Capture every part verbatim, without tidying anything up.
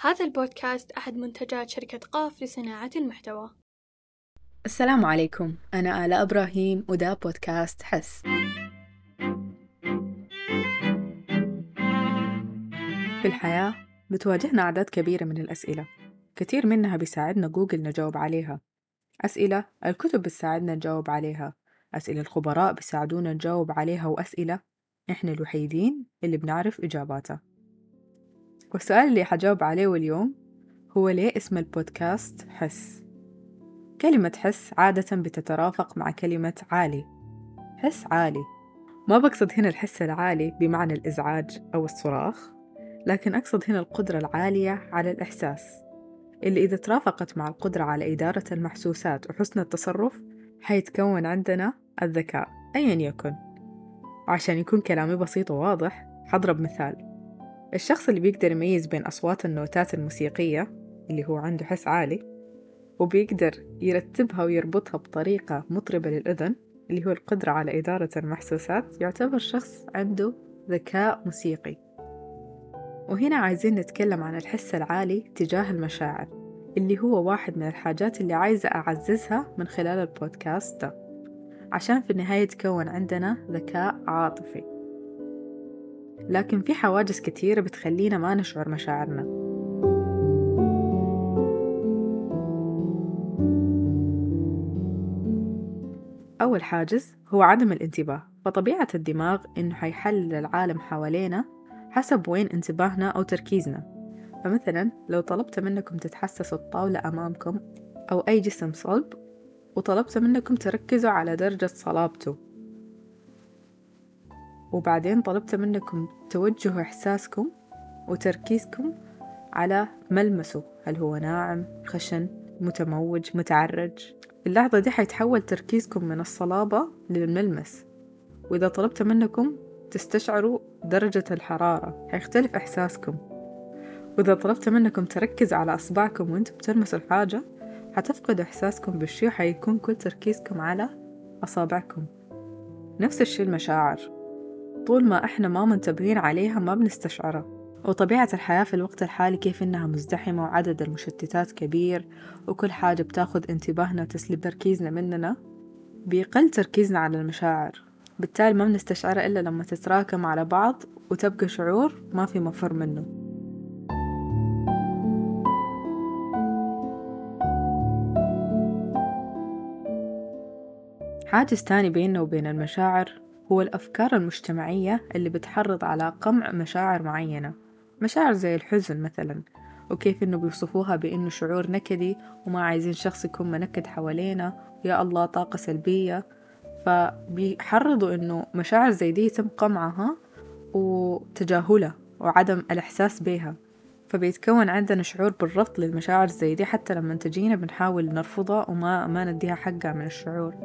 هذا البودكاست أحد منتجات شركة قاف لصناعة المحتوى. السلام عليكم، أنا آلاء إبراهيم وده بودكاست حس. في الحياة بتواجهنا أعداد كبيرة من الأسئلة، كثير منها بيساعدنا جوجل نجاوب عليها. أسئلة الكتب بتساعدنا نجاوب عليها، أسئلة الخبراء بيساعدونا نجاوب عليها، وأسئلة إحنا الوحيدين اللي بنعرف إجاباتها. والسؤال اللي حجاوب عليه اليوم هو ليه اسم البودكاست حس؟ كلمة حس عادة بتترافق مع كلمة عالي. حس عالي، ما بقصد هنا الحس العالي بمعنى الإزعاج أو الصراخ، لكن أقصد هنا القدرة العالية على الإحساس، اللي إذا ترافقت مع القدرة على إدارة المحسوسات وحسن التصرف حيتكون عندنا الذكاء أيا يكن. وعشان يكون كلامي بسيط وواضح حضرب مثال. الشخص اللي بيقدر يميز بين أصوات النوتات الموسيقية اللي هو عنده حس عالي، وبيقدر يرتبها ويربطها بطريقة مطربة للأذن اللي هو القدرة على إدارة المحسوسات، يعتبر شخص عنده ذكاء موسيقي. وهنا عايزين نتكلم عن الحس العالي تجاه المشاعر، اللي هو واحد من الحاجات اللي عايزة أعززها من خلال البودكاست ده، عشان في النهاية تكون عندنا ذكاء عاطفي. لكن في حواجز كتيرة بتخلينا ما نشعر مشاعرنا. أول حاجز هو عدم الانتباه، فطبيعة الدماغ إنه حيحلل العالم حوالينا حسب وين انتباهنا أو تركيزنا. فمثلا لو طلبت منكم تتحسسوا الطاولة أمامكم أو أي جسم صلب، وطلبت منكم تركزوا على درجة صلابته، وبعدين طلبت منكم توجهوا إحساسكم وتركيزكم على ملمسه، هل هو ناعم، خشن، متموج، متعرج. في اللحظة دي حيتحول تركيزكم من الصلابة للملمس. وإذا طلبت منكم تستشعروا درجة الحرارة حيختلف إحساسكم. وإذا طلبت منكم تركز على أصبعكم وإنتم بتلمسوا الحاجة حتفقدوا إحساسكم بالشي، وحيكون كل تركيزكم على أصابعكم. نفس الشي المشاعر، طول ما إحنا ما منتبهين عليها ما بنستشعرها. وطبيعة الحياة في الوقت الحالي كيف إنها مزدحمة وعدد المشتتات كبير، وكل حاجة بتاخد انتباهنا تسلب تركيزنا مننا، بيقل تركيزنا على المشاعر. بالتالي ما بنستشعرها إلا لما تتراكم على بعض وتبقى شعور ما في مفر منه. حاجز تاني بيننا وبين المشاعر هو الأفكار المجتمعية اللي بتحرض على قمع مشاعر معينة. مشاعر زي الحزن مثلا، وكيف إنه بيوصفوها بإنه شعور نكدي وما عايزين شخص يكون منكد حوالينا، يا الله طاقة سلبية. فبيحرضوا إنه مشاعر زي دي يتم قمعها وتجاهلها وعدم الإحساس بها، فبيتكون عندنا شعور بالرفض للمشاعر زي دي، حتى لما تجينا بنحاول نرفضها وما ما نديها حقها من الشعور.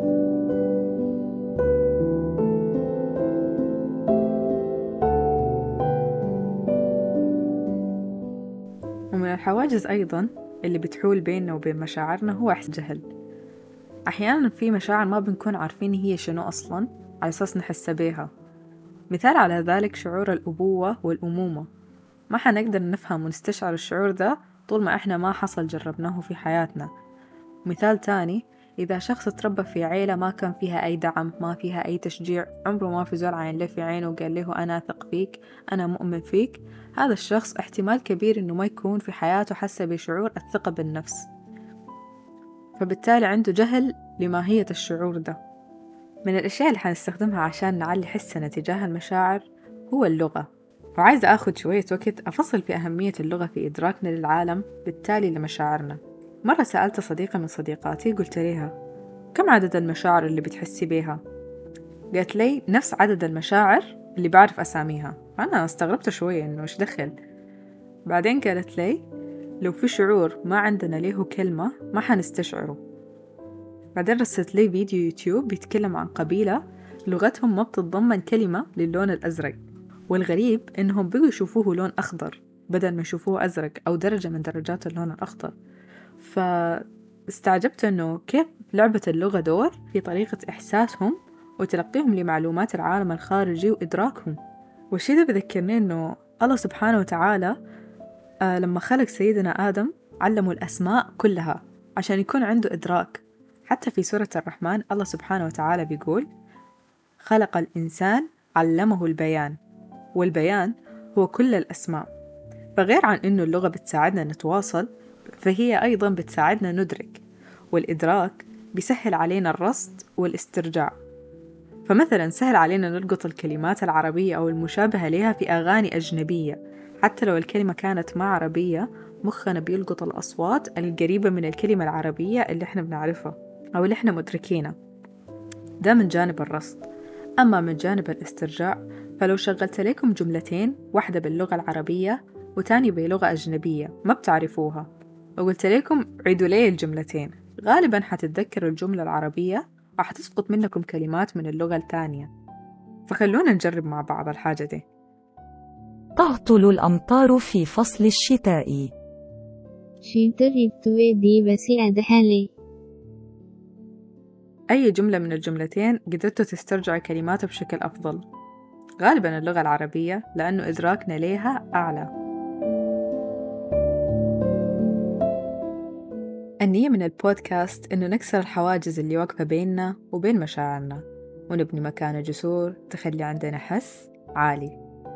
ومن الحواجز أيضا اللي بتحول بيننا وبين مشاعرنا هو إحساس جهل. أحيانا في مشاعر ما بنكون عارفين هي شنو أصلا على أساس نحس بيها. مثال على ذلك شعور الأبوة والأمومة، ما حنقدر نفهم ونستشعر الشعور ده طول ما إحنا ما حصل جربناه في حياتنا. مثال تاني، إذا شخص تربى في عيلة ما كان فيها أي دعم، ما فيها أي تشجيع، عمره ما في زول عين له في عينه وقال له أنا أثق فيك، أنا مؤمن فيك، هذا الشخص احتمال كبير إنه ما يكون في حياته حس بشعور الثقة بالنفس، فبالتالي عنده جهل لماهية الشعور ده. من الأشياء اللي حنستخدمها عشان نعلي حسنا تجاه المشاعر هو اللغة. وعايزة أخذ شوية وقت أفصل في أهمية اللغة في إدراكنا للعالم بالتالي لمشاعرنا. مرة سألت صديقة من صديقاتي، قلت لها كم عدد المشاعر اللي بتحسي بيها؟ قالت لي نفس عدد المشاعر اللي بعرف أساميها. أنا استغربت شوية إنه إيش دخل. بعدين قالت لي لو في شعور ما عندنا له كلمة ما حنستشعره. بعدين رسلت لي فيديو يوتيوب بيتكلم عن قبيلة لغتهم ما بتتضمن كلمة للون الأزرق، والغريب إنهم بقوا يشوفوه لون أخضر بدل ما يشوفوه أزرق أو درجة من درجات اللون الأخضر. فاستعجبت إنه كيف لعبة اللغة دور في طريقة إحساسهم وتلقيهم لمعلومات العالم الخارجي وإدراكهم. والشي ده بذكرني إنه الله سبحانه وتعالى آه لما خلق سيدنا آدم علموا الأسماء كلها عشان يكون عنده إدراك. حتى في سورة الرحمن الله سبحانه وتعالى بيقول: خلق الإنسان علمه البيان، والبيان هو كل الأسماء. فغير عن إنه اللغة بتساعدنا نتواصل، فهي أيضاً بتساعدنا ندرك، والإدراك بيسهل علينا الرصد والاسترجاع. فمثلاً سهل علينا نلقط الكلمات العربية أو المشابهة لها في أغاني أجنبية، حتى لو الكلمة كانت ما عربية مخنا بيلقط الأصوات القريبة من الكلمة العربية اللي إحنا بنعرفها أو اللي إحنا مدركينها. ده من جانب الرصد. أما من جانب الاسترجاع، فلو شغلت لكم جملتين، واحدة باللغة العربية وتاني بلغة أجنبية ما بتعرفوها، وقلت لكم عيدوا لي الجملتين، غالباً حتتذكروا الجملة العربية وحتسقط منكم كلمات من اللغة الثانية. فخلونا نجرب مع بعض الحاجة دي. تهطل الأمطار في فصل الشتاء. شتاء دي بس أدهالي. أي جملة من الجملتين قدرتوا تسترجعوا كلماتها بشكل أفضل؟ غالباً اللغة العربية، لأنه إدراكنا ليها أعلى. النية من البودكاست إنه نكسر الحواجز اللي واقفة بيننا وبين مشاعرنا، ونبني مكانه جسور تخلي عندنا حس عالي.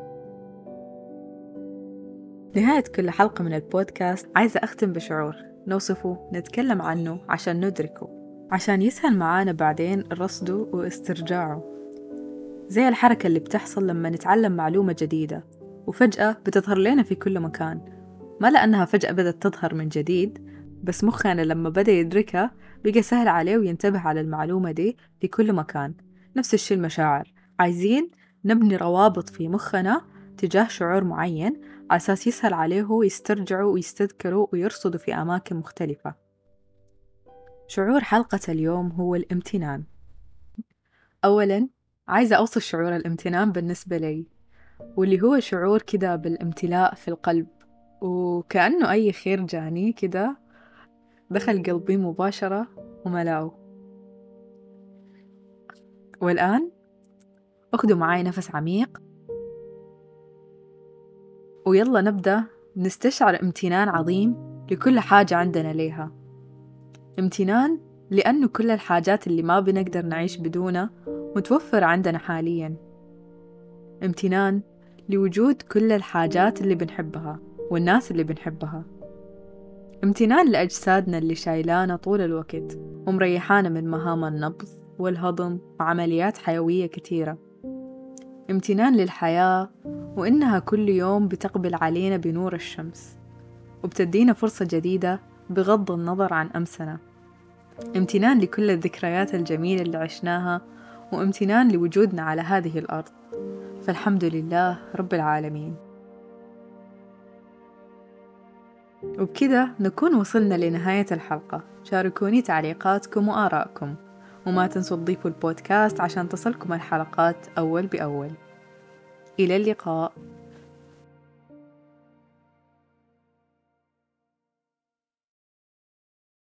نهاية كل حلقة من البودكاست عايزة أختم بشعور نوصفه، نتكلم عنه عشان ندركه، عشان يسهل معانا بعدين رصده واسترجاعه. زي الحركة اللي بتحصل لما نتعلم معلومة جديدة وفجأة بتظهر لنا في كل مكان، ما لأنها فجأة بدأت تظهر من جديد، بس مخنا لما بدأ يدركها بقى سهل عليه وينتبه على المعلومة دي في كل مكان. نفس الشيء المشاعر، عايزين نبني روابط في مخنا تجاه شعور معين على أساس يسهل عليه يسترجعه ويستذكره ويرصده في أماكن مختلفة. شعور حلقة اليوم هو الامتنان. أولاً عايزة أوصف شعور الامتنان بالنسبة لي، واللي هو شعور كده بالامتلاء في القلب، وكأنه أي خير جاني كده دخل قلبي مباشرة وملاه. والآن أخذوا معاي نفس عميق، ويلا نبدأ نستشعر امتنان عظيم لكل حاجة عندنا ليها. امتنان لأنه كل الحاجات اللي ما بنقدر نعيش بدونها متوفرة عندنا حالياً. امتنان لوجود كل الحاجات اللي بنحبها والناس اللي بنحبها. امتنان لأجسادنا اللي شايلانا طول الوقت ومريحانا من مهام النبض والهضم وعمليات حيوية كتيرة. امتنان للحياة وإنها كل يوم بتقبل علينا بنور الشمس وبتدينا فرصة جديدة بغض النظر عن أمسنا. امتنان لكل الذكريات الجميلة اللي عشناها، وامتنان لوجودنا على هذه الأرض. فالحمد لله رب العالمين. وبكده نكون وصلنا لنهاية الحلقة. شاركوني تعليقاتكم وآرائكم، وما تنسوا تضيفوا البودكاست عشان تصلكم الحلقات أول بأول. إلى اللقاء.